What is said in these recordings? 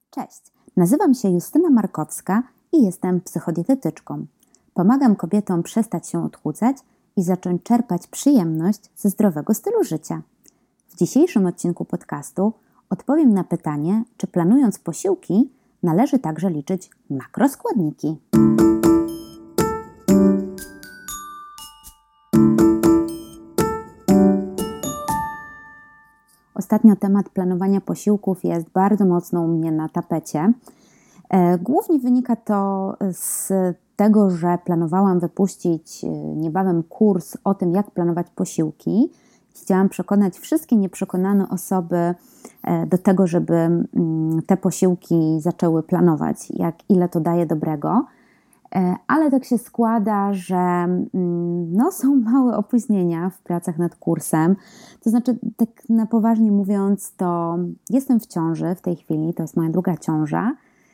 Cześć, nazywam się Justyna Markowska i jestem psychodietetyczką. Pomagam kobietom przestać się odchudzać i zacząć czerpać przyjemność ze zdrowego stylu życia. W dzisiejszym odcinku podcastu odpowiem na pytanie, czy planując posiłki należy także liczyć makroskładniki. Ostatnio temat planowania posiłków jest bardzo mocno u mnie na tapecie. Głównie wynika to z tego, że planowałam wypuścić niebawem kurs o tym, jak planować posiłki. Chciałam przekonać wszystkie nieprzekonane osoby do tego, żeby te posiłki zaczęły planować, ile to daje dobrego. Ale tak się składa, że są małe opóźnienia w pracach nad kursem. To znaczy, tak na poważnie mówiąc, to jestem w ciąży w tej chwili, to jest moja druga ciąża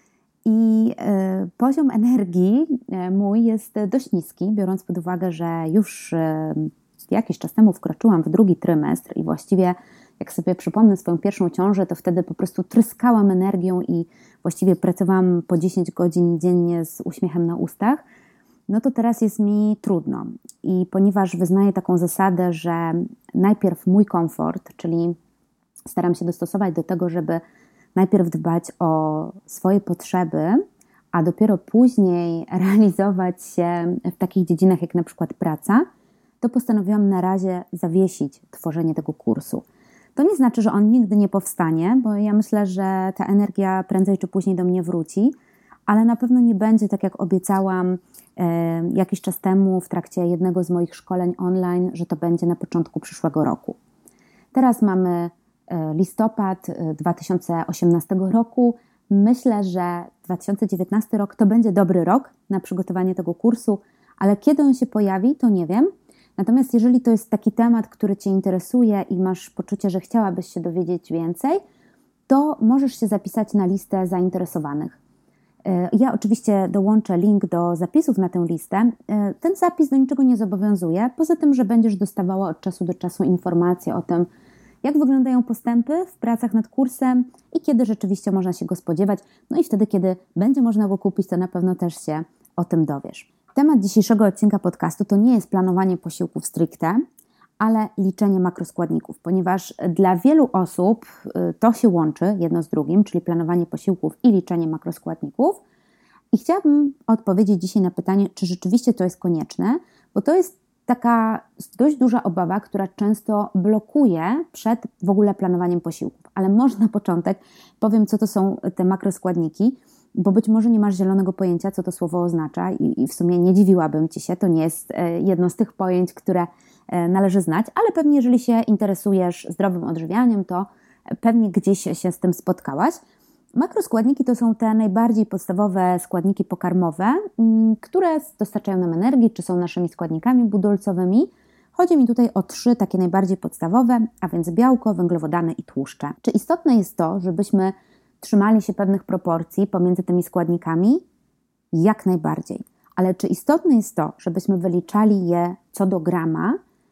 i poziom energii mój jest dość niski, biorąc pod uwagę, że już jakiś czas temu wkroczyłam w drugi trymestr i właściwie jak sobie przypomnę swoją pierwszą ciążę, to wtedy po prostu tryskałam energią i właściwie pracowałam po 10 godzin dziennie z uśmiechem na ustach, no to teraz jest mi trudno. I ponieważ wyznaję taką zasadę, że najpierw mój komfort, czyli staram się dostosować do tego, żeby najpierw dbać o swoje potrzeby, a dopiero później realizować się w takich dziedzinach jak na przykład praca, to postanowiłam na razie zawiesić tworzenie tego kursu. To nie znaczy, że on nigdy nie powstanie, bo ja myślę, że ta energia prędzej czy później do mnie wróci, ale na pewno nie będzie tak, jak obiecałam jakiś czas temu w trakcie jednego z moich szkoleń online, że to będzie na początku przyszłego roku. Teraz mamy listopad 2018 roku. Myślę, że 2019 rok to będzie dobry rok na przygotowanie tego kursu, ale kiedy on się pojawi, to nie wiem. Natomiast jeżeli to jest taki temat, który Cię interesuje i masz poczucie, że chciałabyś się dowiedzieć więcej, to możesz się zapisać na listę zainteresowanych. Ja oczywiście dołączę link do zapisów na tę listę. Ten zapis do niczego nie zobowiązuje, poza tym, że będziesz dostawała od czasu do czasu informacje o tym, jak wyglądają postępy w pracach nad kursem i kiedy rzeczywiście można się go spodziewać. No i wtedy, kiedy będzie można go kupić, to na pewno też się o tym dowiesz. Temat dzisiejszego odcinka podcastu to nie jest planowanie posiłków stricte, ale liczenie makroskładników, ponieważ dla wielu osób to się łączy jedno z drugim, czyli planowanie posiłków i liczenie makroskładników. I chciałabym odpowiedzieć dzisiaj na pytanie, czy rzeczywiście to jest konieczne, bo to jest taka dość duża obawa, która często blokuje przed w ogóle planowaniem posiłków. Ale może na początek powiem, co to są te makroskładniki, bo być może nie masz zielonego pojęcia, co to słowo oznacza i w sumie nie dziwiłabym Ci się, to nie jest jedno z tych pojęć, które należy znać, ale pewnie jeżeli się interesujesz zdrowym odżywianiem, to pewnie gdzieś się z tym spotkałaś. Makroskładniki to są te najbardziej podstawowe składniki pokarmowe, które dostarczają nam energii, czy są naszymi składnikami budulcowymi. Chodzi mi tutaj o 3 takie najbardziej podstawowe, a więc białko, węglowodany i tłuszcze. Czy istotne jest to, żebyśmy trzymali się pewnych proporcji pomiędzy tymi składnikami? Jak najbardziej. Ale czy istotne jest to, żebyśmy wyliczali je co do grama?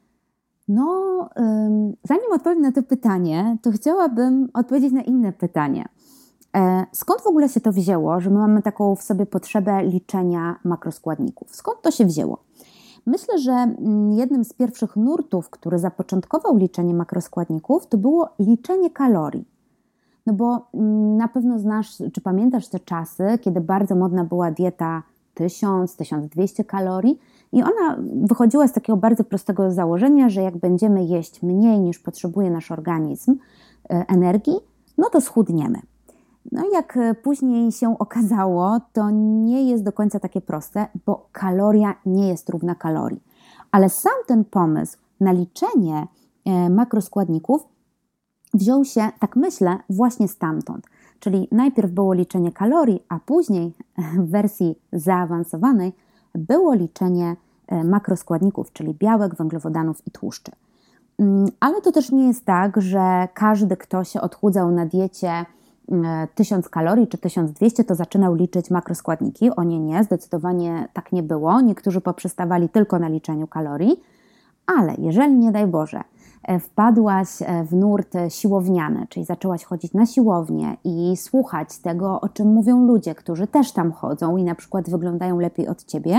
Zanim odpowiem na to pytanie, to chciałabym odpowiedzieć na inne pytanie. Skąd w ogóle się to wzięło, że my mamy taką w sobie potrzebę liczenia makroskładników? Skąd to się wzięło? Myślę, że jednym z pierwszych nurtów, który zapoczątkował liczenie makroskładników, to było liczenie kalorii. No bo na pewno znasz, czy pamiętasz te czasy, kiedy bardzo modna była dieta 1000-1200 kalorii i ona wychodziła z takiego bardzo prostego założenia, że jak będziemy jeść mniej niż potrzebuje nasz organizm energii, no to schudniemy. No i jak później się okazało, to nie jest do końca takie proste, bo kaloria nie jest równa kalorii. Ale sam ten pomysł na liczenie makroskładników wziął się, tak myślę, właśnie stamtąd. Czyli najpierw było liczenie kalorii, a później w wersji zaawansowanej było liczenie makroskładników, czyli białek, węglowodanów i tłuszczy. Ale to też nie jest tak, że każdy, kto się odchudzał na diecie 1000 kalorii czy 1200, to zaczynał liczyć makroskładniki. O nie, zdecydowanie tak nie było. Niektórzy poprzestawali tylko na liczeniu kalorii, ale jeżeli nie daj Boże wpadłaś w nurt siłowniany, czyli zaczęłaś chodzić na siłownię i słuchać tego, o czym mówią ludzie, którzy też tam chodzą i na przykład wyglądają lepiej od Ciebie,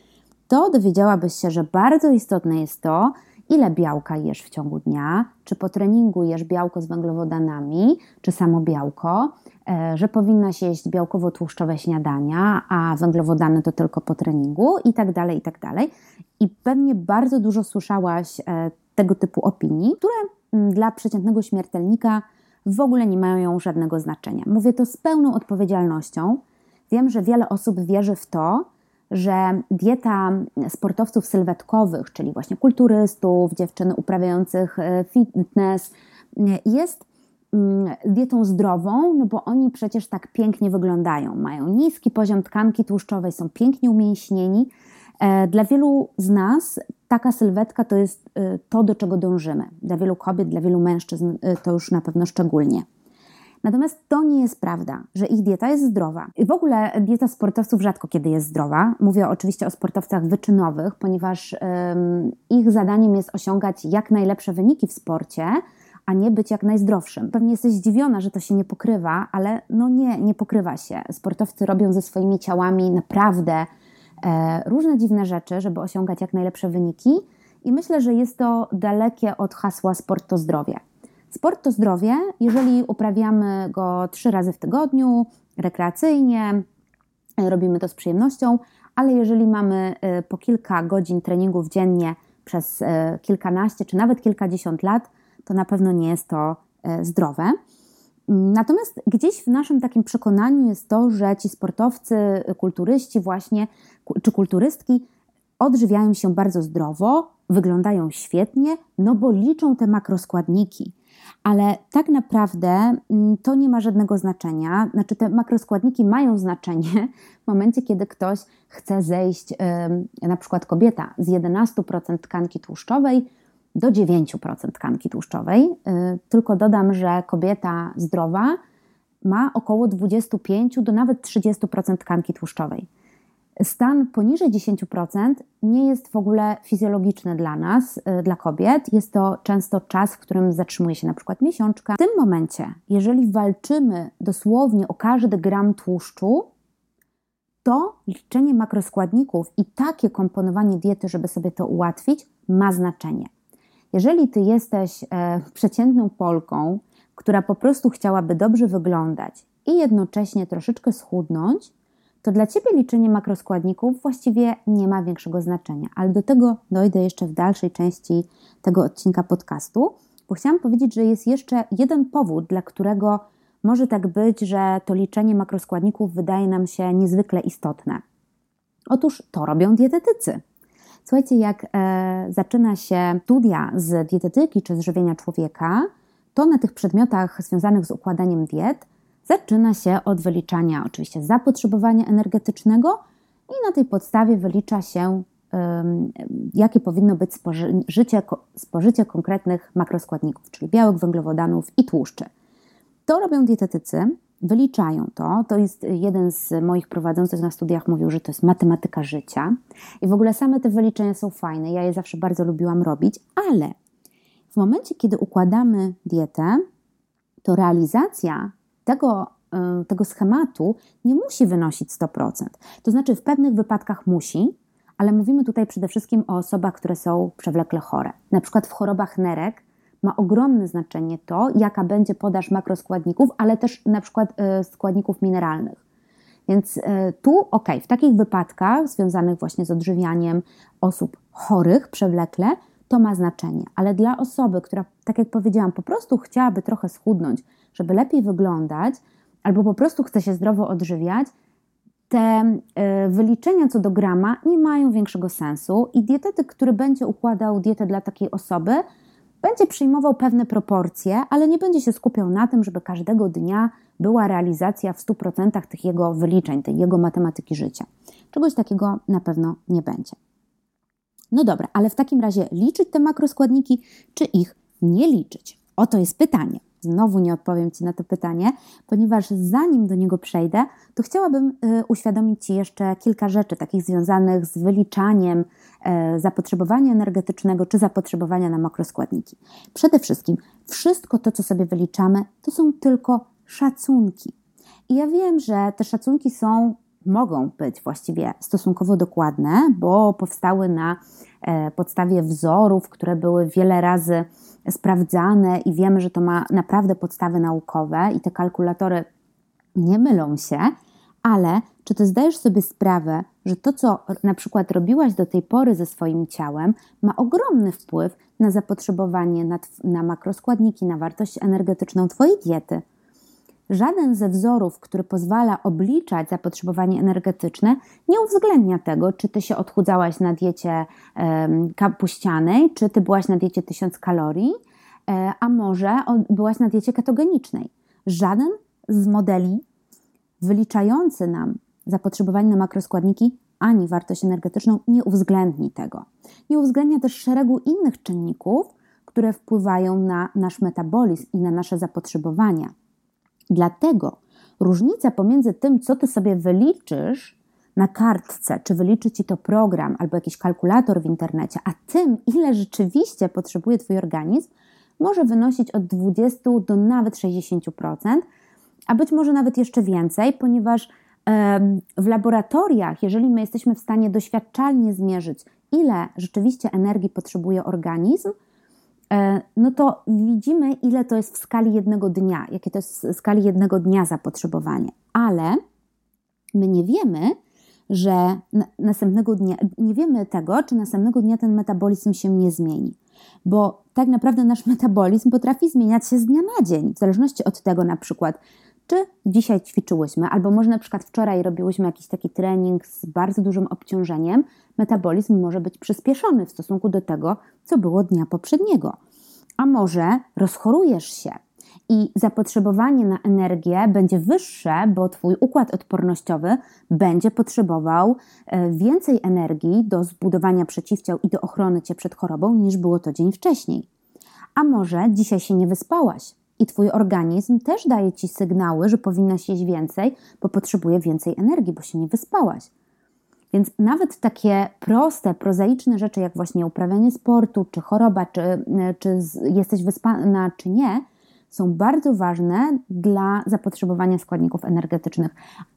to dowiedziałabyś się, że bardzo istotne jest to, ile białka jesz w ciągu dnia, czy po treningu jesz białko z węglowodanami, czy samo białko, że powinnaś jeść białkowo-tłuszczowe śniadania, a węglowodany to tylko po treningu i tak dalej, i tak dalej. I pewnie bardzo dużo słyszałaś tego typu opinii, które dla przeciętnego śmiertelnika w ogóle nie mają żadnego znaczenia. Mówię to z pełną odpowiedzialnością. Wiem, że wiele osób wierzy w to, że dieta sportowców sylwetkowych, czyli właśnie kulturystów, dziewczyn uprawiających fitness, jest dietą zdrową, no bo oni przecież tak pięknie wyglądają, mają niski poziom tkanki tłuszczowej, są pięknie umięśnieni. Dla wielu z nas taka sylwetka to jest to, do czego dążymy. Dla wielu kobiet, dla wielu mężczyzn to już na pewno szczególnie. Natomiast to nie jest prawda, że ich dieta jest zdrowa. I w ogóle dieta sportowców rzadko kiedy jest zdrowa. Mówię oczywiście o sportowcach wyczynowych, ponieważ ich zadaniem jest osiągać jak najlepsze wyniki w sporcie, a nie być jak najzdrowszym. Pewnie jesteś zdziwiona, że to się nie pokrywa, ale no nie pokrywa się. Sportowcy robią ze swoimi ciałami naprawdę różne dziwne rzeczy, żeby osiągać jak najlepsze wyniki i myślę, że jest to dalekie od hasła sport to zdrowie. Sport to zdrowie, jeżeli uprawiamy go 3 razy w tygodniu, rekreacyjnie, robimy to z przyjemnością, ale jeżeli mamy po kilka godzin treningów dziennie przez kilkanaście czy nawet kilkadziesiąt lat, to na pewno nie jest to zdrowe. Natomiast gdzieś w naszym takim przekonaniu jest to, że ci sportowcy, kulturyści właśnie, czy kulturystki odżywiają się bardzo zdrowo, wyglądają świetnie, no bo liczą te makroskładniki. Ale tak naprawdę to nie ma żadnego znaczenia. Znaczy te makroskładniki mają znaczenie w momencie, kiedy ktoś chce zejść, na przykład kobieta, z 11% tkanki tłuszczowej do 9% tkanki tłuszczowej. Tylko dodam, że kobieta zdrowa ma około 25 do nawet 30% tkanki tłuszczowej. Stan poniżej 10% nie jest w ogóle fizjologiczny dla nas, dla kobiet. Jest to często czas, w którym zatrzymuje się na przykład miesiączka. W tym momencie, jeżeli walczymy dosłownie o każdy gram tłuszczu, to liczenie makroskładników i takie komponowanie diety, żeby sobie to ułatwić, ma znaczenie. Jeżeli Ty jesteś przeciętną Polką, która po prostu chciałaby dobrze wyglądać i jednocześnie troszeczkę schudnąć, to dla Ciebie liczenie makroskładników właściwie nie ma większego znaczenia. Ale do tego dojdę jeszcze w dalszej części tego odcinka podcastu, bo chciałam powiedzieć, że jest jeszcze jeden powód, dla którego może tak być, że to liczenie makroskładników wydaje nam się niezwykle istotne. Otóż to robią dietetycy. Słuchajcie, jak zaczyna się studia z dietetyki czy z żywienia człowieka, to na tych przedmiotach związanych z układaniem diet zaczyna się od wyliczania oczywiście zapotrzebowania energetycznego i na tej podstawie wylicza się, jakie powinno być spożycie konkretnych makroskładników, czyli białek, węglowodanów i tłuszczy. To robią dietetycy, wyliczają to. To jest jeden z moich prowadzących na studiach mówił, że to jest matematyka życia. I w ogóle same te wyliczenia są fajne. Ja je zawsze bardzo lubiłam robić, ale w momencie, kiedy układamy dietę, to realizacja tego schematu nie musi wynosić 100%. To znaczy w pewnych wypadkach musi, ale mówimy tutaj przede wszystkim o osobach, które są przewlekle chore. Na przykład w chorobach nerek ma ogromne znaczenie to, jaka będzie podaż makroskładników, ale też na przykład składników mineralnych. Więc tu w takich wypadkach związanych właśnie z odżywianiem osób chorych przewlekle, to ma znaczenie. Ale dla osoby, która, tak jak powiedziałam, po prostu chciałaby trochę schudnąć, żeby lepiej wyglądać, albo po prostu chce się zdrowo odżywiać, te wyliczenia co do grama nie mają większego sensu i dietetyk, który będzie układał dietę dla takiej osoby, będzie przyjmował pewne proporcje, ale nie będzie się skupiał na tym, żeby każdego dnia była realizacja w 100% tych jego wyliczeń, tej jego matematyki życia. Czegoś takiego na pewno nie będzie. No dobra, ale w takim razie liczyć te makroskładniki, czy ich nie liczyć? Oto jest pytanie. Znowu nie odpowiem Ci na to pytanie, ponieważ zanim do niego przejdę, to chciałabym uświadomić Ci jeszcze kilka rzeczy takich związanych z wyliczaniem zapotrzebowania energetycznego czy zapotrzebowania na makroskładniki. Przede wszystkim wszystko to, co sobie wyliczamy, to są tylko szacunki. I ja wiem, że te szacunki mogą być właściwie stosunkowo dokładne, bo powstały na podstawie wzorów, które były wiele razy sprawdzane i wiemy, że to ma naprawdę podstawy naukowe i te kalkulatory nie mylą się, ale czy Ty zdajesz sobie sprawę, że to, co na przykład robiłaś do tej pory ze swoim ciałem, ma ogromny wpływ na zapotrzebowanie na makroskładniki, na wartość energetyczną Twojej diety? Żaden ze wzorów, który pozwala obliczać zapotrzebowanie energetyczne, nie uwzględnia tego, czy Ty się odchudzałaś na diecie kapuścianej, czy Ty byłaś na diecie 1000 kalorii, a może byłaś na diecie ketogenicznej. Żaden z modeli wyliczający nam zapotrzebowanie na makroskładniki ani wartość energetyczną nie uwzględni tego. Nie uwzględnia też szeregu innych czynników, które wpływają na nasz metabolizm i na nasze zapotrzebowania. Dlatego różnica pomiędzy tym, co Ty sobie wyliczysz na kartce, czy wyliczy Ci to program albo jakiś kalkulator w internecie, a tym, ile rzeczywiście potrzebuje Twój organizm, może wynosić od 20 do nawet 60%, a być może nawet jeszcze więcej, ponieważ w laboratoriach, jeżeli my jesteśmy w stanie doświadczalnie zmierzyć, ile rzeczywiście energii potrzebuje organizm, no to widzimy, ile to jest w skali jednego dnia, jakie to jest w skali jednego dnia zapotrzebowanie. Ale my nie wiemy, że następnego dnia, nie wiemy tego, czy następnego dnia ten metabolizm się nie zmieni. Bo tak naprawdę nasz metabolizm potrafi zmieniać się z dnia na dzień, w zależności od tego na przykład, czy dzisiaj ćwiczyłyśmy, albo może na przykład wczoraj robiłyśmy jakiś taki trening z bardzo dużym obciążeniem, metabolizm może być przyspieszony w stosunku do tego, co było dnia poprzedniego. A może rozchorujesz się i zapotrzebowanie na energię będzie wyższe, bo Twój układ odpornościowy będzie potrzebował więcej energii do zbudowania przeciwciał i do ochrony Cię przed chorobą, niż było to dzień wcześniej. A może dzisiaj się nie wyspałaś i Twój organizm też daje Ci sygnały, że powinnaś jeść więcej, bo potrzebuje więcej energii, bo się nie wyspałaś. Więc nawet takie proste, prozaiczne rzeczy, jak właśnie uprawianie sportu, czy choroba, czy jesteś wyspana, czy nie, są bardzo ważne dla zapotrzebowania składników energetycznych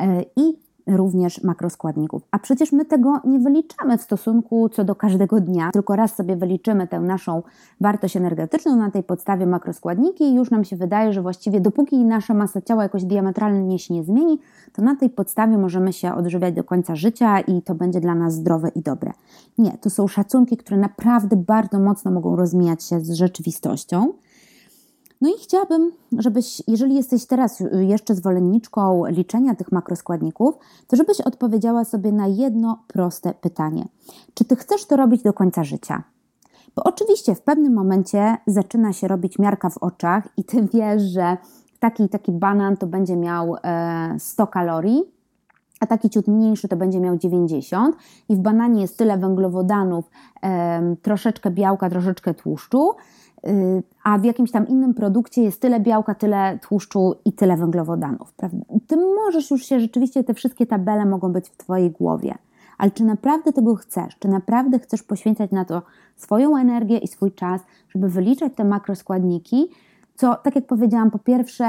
i również makroskładników. A przecież my tego nie wyliczamy w stosunku co do każdego dnia, tylko raz sobie wyliczymy tę naszą wartość energetyczną, na tej podstawie makroskładniki i już nam się wydaje, że właściwie dopóki nasza masa ciała jakoś diametralnie się nie zmieni, to na tej podstawie możemy się odżywiać do końca życia i to będzie dla nas zdrowe i dobre. Nie, to są szacunki, które naprawdę bardzo mocno mogą rozmijać się z rzeczywistością. No i chciałabym, żebyś, jeżeli jesteś teraz jeszcze zwolenniczką liczenia tych makroskładników, to żebyś odpowiedziała sobie na jedno proste pytanie. Czy Ty chcesz to robić do końca życia? Bo oczywiście w pewnym momencie zaczyna się robić miarka w oczach i Ty wiesz, że taki banan to będzie miał 100 kalorii, a taki ciut mniejszy to będzie miał 90 i w bananie jest tyle węglowodanów, troszeczkę białka, troszeczkę tłuszczu, a w jakimś tam innym produkcie jest tyle białka, tyle tłuszczu i tyle węglowodanów. Prawda? Ty możesz już się rzeczywiście, te wszystkie tabele mogą być w Twojej głowie, ale czy naprawdę tego chcesz? Czy naprawdę chcesz poświęcać na to swoją energię i swój czas, żeby wyliczać te makroskładniki, co, tak jak powiedziałam, po pierwsze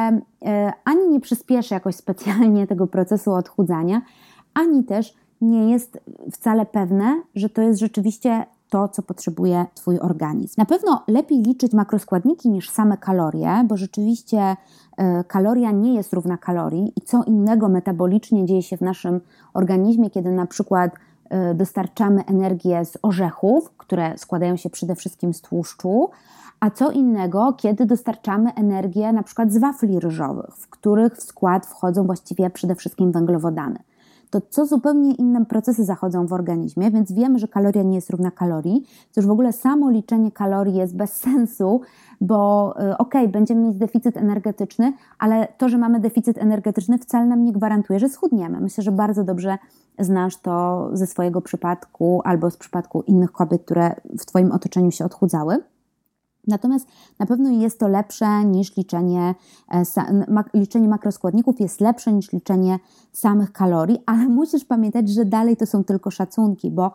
ani nie przyspieszy jakoś specjalnie tego procesu odchudzania, ani też nie jest wcale pewne, że to jest rzeczywiście to, co potrzebuje Twój organizm. Na pewno lepiej liczyć makroskładniki niż same kalorie, bo rzeczywiście kaloria nie jest równa kalorii i co innego metabolicznie dzieje się w naszym organizmie, kiedy na przykład dostarczamy energię z orzechów, które składają się przede wszystkim z tłuszczu, a co innego, kiedy dostarczamy energię na przykład z wafli ryżowych, w których w skład wchodzą właściwie przede wszystkim węglowodany. To co zupełnie inne procesy zachodzą w organizmie, więc wiemy, że kaloria nie jest równa kalorii. To już w ogóle samo liczenie kalorii jest bez sensu, bo będziemy mieć deficyt energetyczny, ale to, że mamy deficyt energetyczny wcale nam nie gwarantuje, że schudniemy. Myślę, że bardzo dobrze znasz to ze swojego przypadku albo z przypadku innych kobiet, które w Twoim otoczeniu się odchudzały. Natomiast na pewno jest to lepsze niż liczenie makroskładników jest lepsze niż liczenie samych kalorii, ale musisz pamiętać, że dalej to są tylko szacunki, bo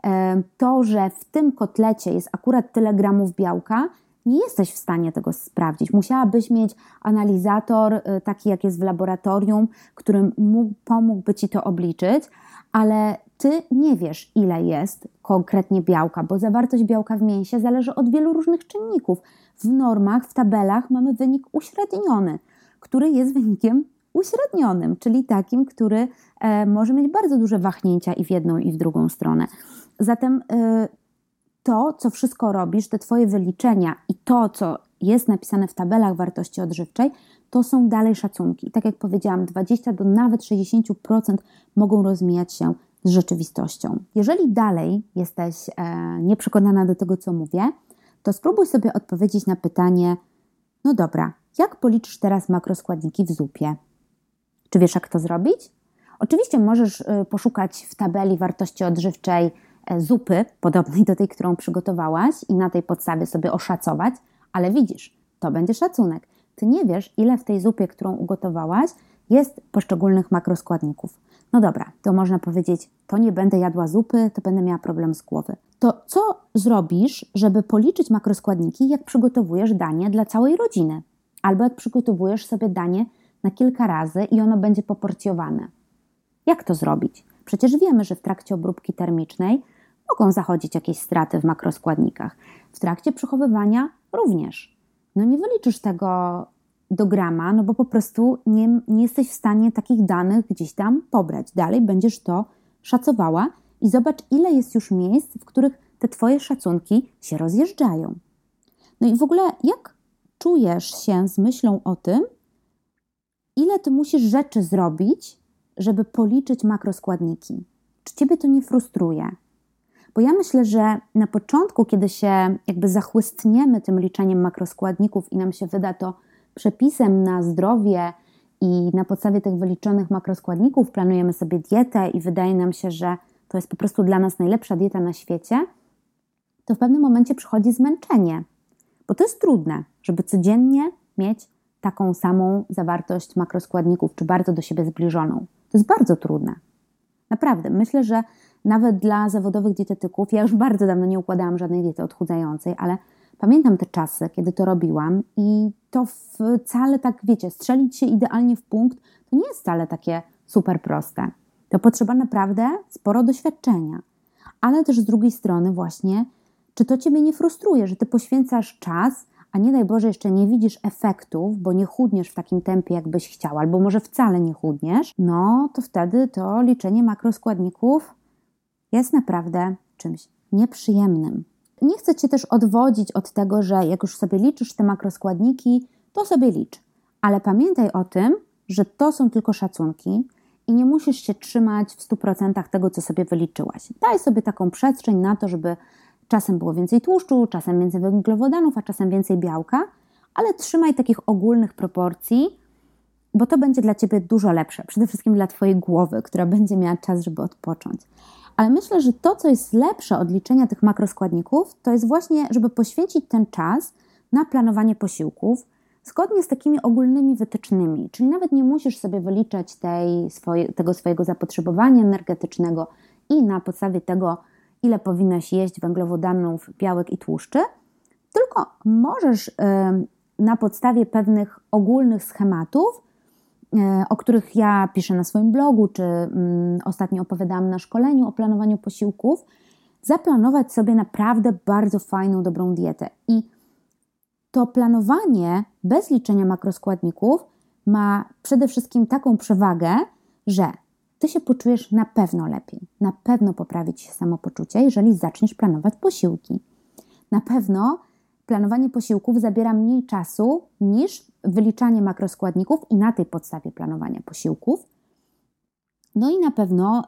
to, że w tym kotlecie jest akurat tyle gramów białka, nie jesteś w stanie tego sprawdzić. Musiałabyś mieć analizator, taki jak jest w laboratorium, który pomógłby Ci to obliczyć, ale Ty nie wiesz, ile jest konkretnie białka, bo zawartość białka w mięsie zależy od wielu różnych czynników. W normach, w tabelach mamy wynik uśredniony, który jest wynikiem uśrednionym, czyli takim, który może mieć bardzo duże wahnięcia i w jedną, i w drugą stronę. Zatem to, co wszystko robisz, te Twoje wyliczenia i to, co jest napisane w tabelach wartości odżywczej, to są dalej szacunki. I tak jak powiedziałam, 20 do nawet 60% mogą rozmijać się z rzeczywistością. Jeżeli dalej jesteś nieprzekonana do tego, co mówię, to spróbuj sobie odpowiedzieć na pytanie, no dobra, jak policzysz teraz makroskładniki w zupie? Czy wiesz, jak to zrobić? Oczywiście możesz poszukać w tabeli wartości odżywczej zupy, podobnej do tej, którą przygotowałaś i na tej podstawie sobie oszacować, ale widzisz, to będzie szacunek. Ty nie wiesz, ile w tej zupie, którą ugotowałaś, jest poszczególnych makroskładników. No dobra, to można powiedzieć, to nie będę jadła zupy, to będę miała problem z głowy. To co zrobisz, żeby policzyć makroskładniki, jak przygotowujesz danie dla całej rodziny? Albo jak przygotowujesz sobie danie na kilka razy i ono będzie poporcjowane. Jak to zrobić? Przecież wiemy, że w trakcie obróbki termicznej mogą zachodzić jakieś straty w makroskładnikach. W trakcie przechowywania również. No nie wyliczysz tego do grama, no bo po prostu nie jesteś w stanie takich danych gdzieś tam pobrać. Dalej będziesz to szacowała i zobacz, ile jest już miejsc, w których te Twoje szacunki się rozjeżdżają. No i w ogóle jak czujesz się z myślą o tym, ile Ty musisz rzeczy zrobić, żeby policzyć makroskładniki? Czy Ciebie to nie frustruje? Bo ja myślę, że na początku, kiedy się jakby zachłystniemy tym liczeniem makroskładników i nam się wyda to przepisem na zdrowie i na podstawie tych wyliczonych makroskładników planujemy sobie dietę i wydaje nam się, że to jest po prostu dla nas najlepsza dieta na świecie, to w pewnym momencie przychodzi zmęczenie. Bo to jest trudne, żeby codziennie mieć taką samą zawartość makroskładników, czy bardzo do siebie zbliżoną. To jest bardzo trudne. Naprawdę, myślę, że nawet dla zawodowych dietetyków, ja już bardzo dawno nie układałam żadnej diety odchudzającej, ale pamiętam te czasy, kiedy to robiłam i to wcale tak, wiecie, strzelić się idealnie w punkt, to nie jest wcale takie super proste. To potrzeba naprawdę sporo doświadczenia. Ale też z drugiej strony właśnie, czy to Ciebie nie frustruje, że Ty poświęcasz czas, a nie daj Boże jeszcze nie widzisz efektów, bo nie chudniesz w takim tempie, jakbyś chciała, albo może wcale nie chudniesz, no to wtedy to liczenie makroskładników jest naprawdę czymś nieprzyjemnym. Nie chcę Cię też odwodzić od tego, że jak już sobie liczysz te makroskładniki, to sobie licz. Ale pamiętaj o tym, że to są tylko szacunki i nie musisz się trzymać w 100% tego, co sobie wyliczyłaś. Daj sobie taką przestrzeń na to, żeby czasem było więcej tłuszczu, czasem więcej węglowodanów, a czasem więcej białka, ale trzymaj takich ogólnych proporcji, bo to będzie dla Ciebie dużo lepsze. Przede wszystkim dla Twojej głowy, która będzie miała czas, żeby odpocząć. Ale myślę, że to, co jest lepsze od liczenia tych makroskładników, to jest właśnie, żeby poświęcić ten czas na planowanie posiłków zgodnie z takimi ogólnymi wytycznymi. Czyli nawet nie musisz sobie wyliczać tego swojego zapotrzebowania energetycznego i na podstawie tego, ile powinnaś jeść węglowodanów, białek i tłuszczy, tylko możesz na podstawie pewnych ogólnych schematów, o których ja piszę na swoim blogu, czy ostatnio opowiadałam na szkoleniu o planowaniu posiłków, zaplanować sobie naprawdę bardzo fajną, dobrą dietę. I to planowanie bez liczenia makroskładników ma przede wszystkim taką przewagę, że Ty się poczujesz na pewno lepiej, na pewno poprawi Ci się samopoczucie, jeżeli zaczniesz planować posiłki. Na pewno planowanie posiłków zabiera mniej czasu niż wyliczanie makroskładników i na tej podstawie planowania posiłków. No i na pewno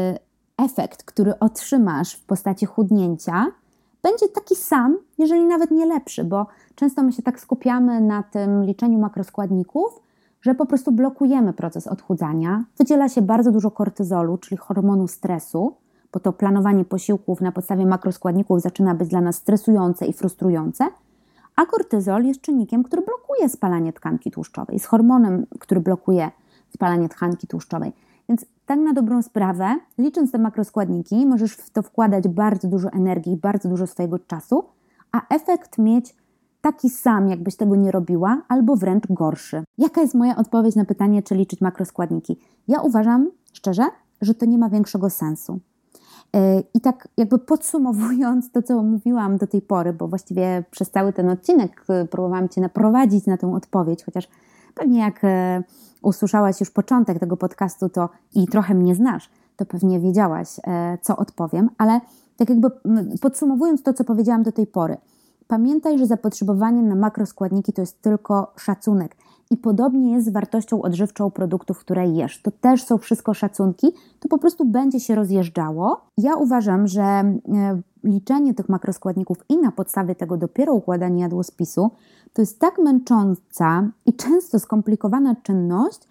efekt, który otrzymasz w postaci chudnięcia, będzie taki sam, jeżeli nawet nie lepszy, bo często my się tak skupiamy na tym liczeniu makroskładników, że po prostu blokujemy proces odchudzania. Wydziela się bardzo dużo kortyzolu, czyli hormonu stresu, bo to planowanie posiłków na podstawie makroskładników zaczyna być dla nas stresujące i frustrujące, A kortyzol jest czynnikiem, który blokuje spalanie tkanki tłuszczowej, jest hormonem, który blokuje spalanie tkanki tłuszczowej. Więc tak na dobrą sprawę, licząc te makroskładniki, możesz w to wkładać bardzo dużo energii, bardzo dużo swojego czasu, a efekt mieć taki sam, jakbyś tego nie robiła, albo wręcz gorszy. Jaka jest moja odpowiedź na pytanie, czy liczyć makroskładniki? Ja uważam, szczerze, że to nie ma większego sensu. I tak jakby podsumowując to, co mówiłam do tej pory, bo właściwie przez cały ten odcinek próbowałam Cię naprowadzić na tę odpowiedź, chociaż pewnie jak usłyszałaś już początek tego podcastu to i trochę mnie znasz, to pewnie wiedziałaś, co odpowiem, ale tak jakby podsumowując to, co powiedziałam do tej pory, pamiętaj, że zapotrzebowanie na makroskładniki to jest tylko szacunek. I podobnie jest z wartością odżywczą produktów, które jesz. To też są wszystko szacunki, to po prostu będzie się rozjeżdżało. Ja uważam, że liczenie tych makroskładników i na podstawie tego dopiero układanie jadłospisu to jest tak męcząca i często skomplikowana czynność,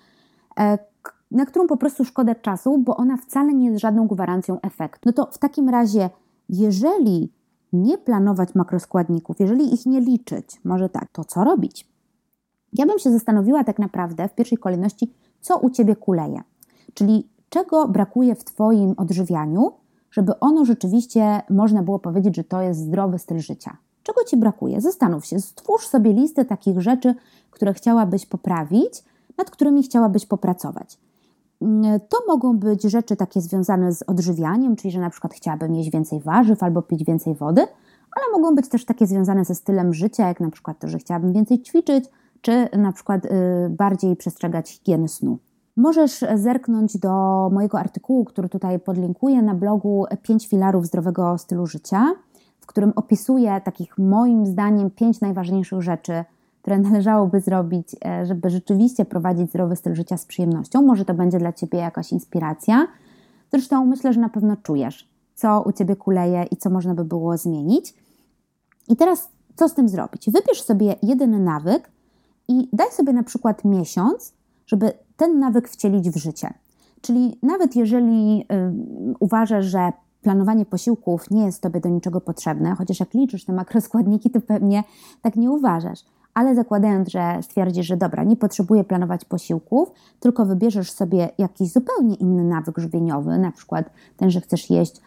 na którą po prostu szkoda czasu, bo ona wcale nie jest żadną gwarancją efektu. No to w takim razie, jeżeli nie planować makroskładników, jeżeli ich nie liczyć, może tak, to co robić? Ja bym się zastanowiła tak naprawdę w pierwszej kolejności, co u Ciebie kuleje, czyli czego brakuje w Twoim odżywianiu, żeby ono rzeczywiście można było powiedzieć, że to jest zdrowy styl życia. Czego Ci brakuje? Zastanów się, stwórz sobie listę takich rzeczy, które chciałabyś poprawić, nad którymi chciałabyś popracować. To mogą być rzeczy takie związane z odżywianiem, czyli że na przykład chciałabym jeść więcej warzyw albo pić więcej wody, ale mogą być też takie związane ze stylem życia, jak na przykład to, że chciałabym więcej ćwiczyć, czy na przykład bardziej przestrzegać higieny snu. Możesz zerknąć do mojego artykułu, który tutaj podlinkuję na blogu 5 filarów zdrowego stylu życia, w którym opisuję takich moim zdaniem 5 najważniejszych rzeczy, które należałoby zrobić, żeby rzeczywiście prowadzić zdrowy styl życia z przyjemnością. Może to będzie dla Ciebie jakaś inspiracja. Zresztą myślę, że na pewno czujesz, co u Ciebie kuleje i co można by było zmienić. I teraz co z tym zrobić? Wybierz sobie jeden nawyk i daj sobie na przykład miesiąc, żeby ten nawyk wcielić w życie. Czyli nawet jeżeli uważasz, że planowanie posiłków nie jest Tobie do niczego potrzebne, chociaż jak liczysz te makroskładniki, to pewnie tak nie uważasz. Ale zakładając, że stwierdzisz, że dobra, nie potrzebuję planować posiłków, tylko wybierzesz sobie jakiś zupełnie inny nawyk żywieniowy, na przykład ten, że chcesz jeść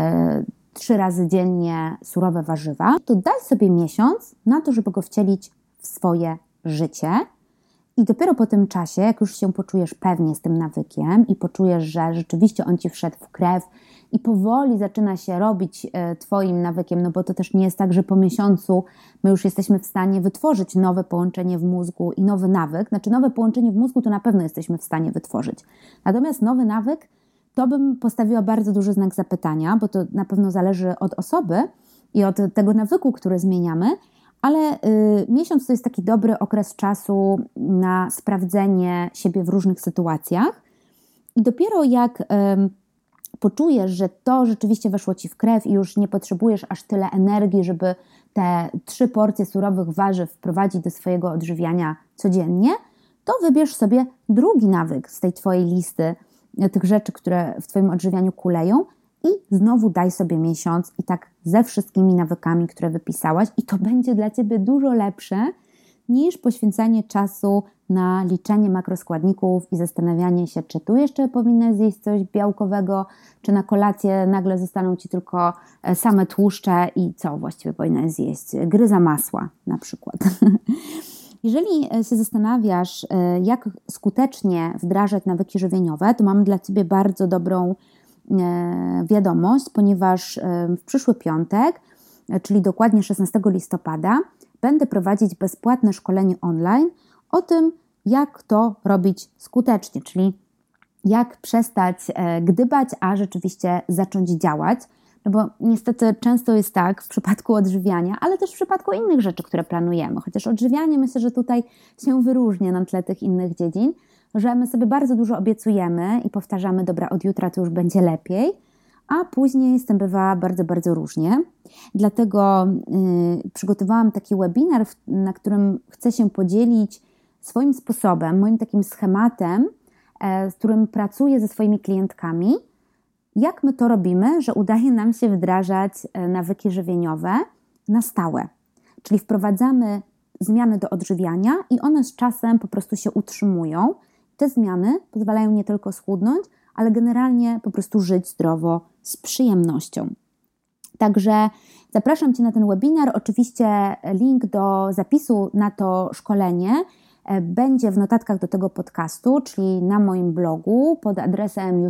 3 razy dziennie surowe warzywa, to daj sobie miesiąc na to, żeby go wcielić w swoje życie. I dopiero po tym czasie, jak już się poczujesz pewnie z tym nawykiem i poczujesz, że rzeczywiście on Ci wszedł w krew i powoli zaczyna się robić Twoim nawykiem, no bo to też nie jest tak, że po miesiącu my już jesteśmy w stanie wytworzyć nowe połączenie w mózgu i nowy nawyk. Znaczy nowe połączenie w mózgu to na pewno jesteśmy w stanie wytworzyć. Natomiast nowy nawyk to bym postawiła bardzo duży znak zapytania, bo to na pewno zależy od osoby i od tego nawyku, który zmieniamy, ale miesiąc to jest taki dobry okres czasu na sprawdzenie siebie w różnych sytuacjach i dopiero jak poczujesz, że to rzeczywiście weszło Ci w krew i już nie potrzebujesz aż tyle energii, żeby te 3 porcje surowych warzyw wprowadzić do swojego odżywiania codziennie, to wybierz sobie drugi nawyk z tej Twojej listy tych rzeczy, które w Twoim odżywianiu kuleją i znowu daj sobie miesiąc i tak ze wszystkimi nawykami, które wypisałaś i to będzie dla Ciebie dużo lepsze niż poświęcanie czasu na liczenie makroskładników i zastanawianie się, czy tu jeszcze powinnaś zjeść coś białkowego, czy na kolację nagle zostaną Ci tylko same tłuszcze i co właściwie powinnaś zjeść? Gryza masła na przykład. Jeżeli się zastanawiasz, jak skutecznie wdrażać nawyki żywieniowe, to mam dla Ciebie bardzo dobrą wiadomość, ponieważ w przyszły piątek, czyli dokładnie 16 listopada, będę prowadzić bezpłatne szkolenie online o tym, jak to robić skutecznie, czyli jak przestać gdybać, a rzeczywiście zacząć działać. No bo niestety często jest tak w przypadku odżywiania, ale też w przypadku innych rzeczy, które planujemy. Chociaż odżywianie myślę, że tutaj się wyróżnia na tle tych innych dziedzin, że my sobie bardzo dużo obiecujemy i powtarzamy, dobra, od jutra to już będzie lepiej, a później z tym bywa bardzo, bardzo różnie. Dlatego przygotowałam taki webinar, na którym chcę się podzielić swoim sposobem, moim takim schematem, z którym pracuję ze swoimi klientkami, jak my to robimy, że udaje nam się wdrażać nawyki żywieniowe na stałe. Czyli wprowadzamy zmiany do odżywiania i one z czasem po prostu się utrzymują. Te zmiany pozwalają nie tylko schudnąć, ale generalnie po prostu żyć zdrowo z przyjemnością. Także zapraszam Cię na ten webinar. Oczywiście link do zapisu na to szkolenie będzie w notatkach do tego podcastu, czyli na moim blogu pod adresem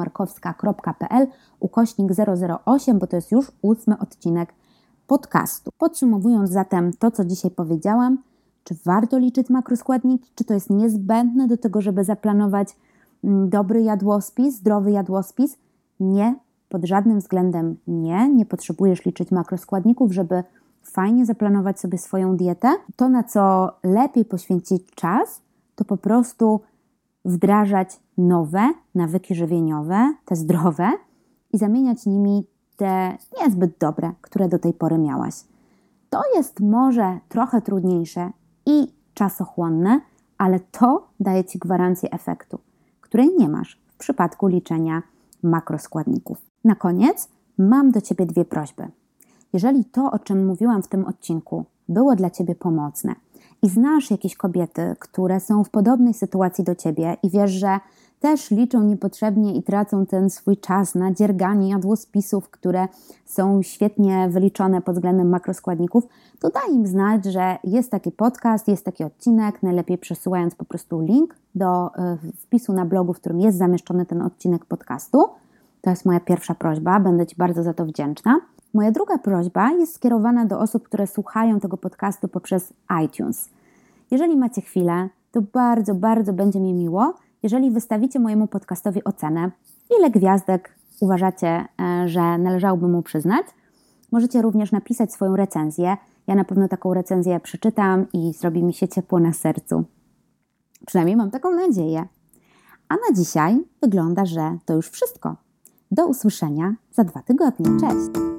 justynamarkowska.pl/008, bo to jest już 8 odcinek podcastu. Podsumowując zatem to, co dzisiaj powiedziałam, czy warto liczyć makroskładniki, czy to jest niezbędne do tego, żeby zaplanować dobry jadłospis, zdrowy jadłospis? Nie, pod żadnym względem nie. Nie potrzebujesz liczyć makroskładników, żeby fajnie zaplanować sobie swoją dietę. To, na co lepiej poświęcić czas, to po prostu wdrażać nowe nawyki żywieniowe, te zdrowe i zamieniać nimi te niezbyt dobre, które do tej pory miałaś. To jest może trochę trudniejsze i czasochłonne, ale to daje Ci gwarancję efektu, której nie masz w przypadku liczenia makroskładników. Na koniec mam do Ciebie 2 prośby. Jeżeli to, o czym mówiłam w tym odcinku, było dla Ciebie pomocne i znasz jakieś kobiety, które są w podobnej sytuacji do Ciebie i wiesz, że też liczą niepotrzebnie i tracą ten swój czas na dzierganie jadłospisów, które są świetnie wyliczone pod względem makroskładników, to daj im znać, że jest taki podcast, jest taki odcinek, najlepiej przesyłając po prostu link do wpisu na blogu, w którym jest zamieszczony ten odcinek podcastu. To jest moja pierwsza prośba, będę Ci bardzo za to wdzięczna. Moja druga prośba jest skierowana do osób, które słuchają tego podcastu poprzez iTunes. Jeżeli macie chwilę, to bardzo, bardzo będzie mi miło, jeżeli wystawicie mojemu podcastowi ocenę. Ile gwiazdek uważacie, że należałoby mu przyznać? Możecie również napisać swoją recenzję. Ja na pewno taką recenzję przeczytam i zrobi mi się ciepło na sercu. Przynajmniej mam taką nadzieję. A na dzisiaj wygląda, że to już wszystko. Do usłyszenia za 2 tygodnie. Cześć!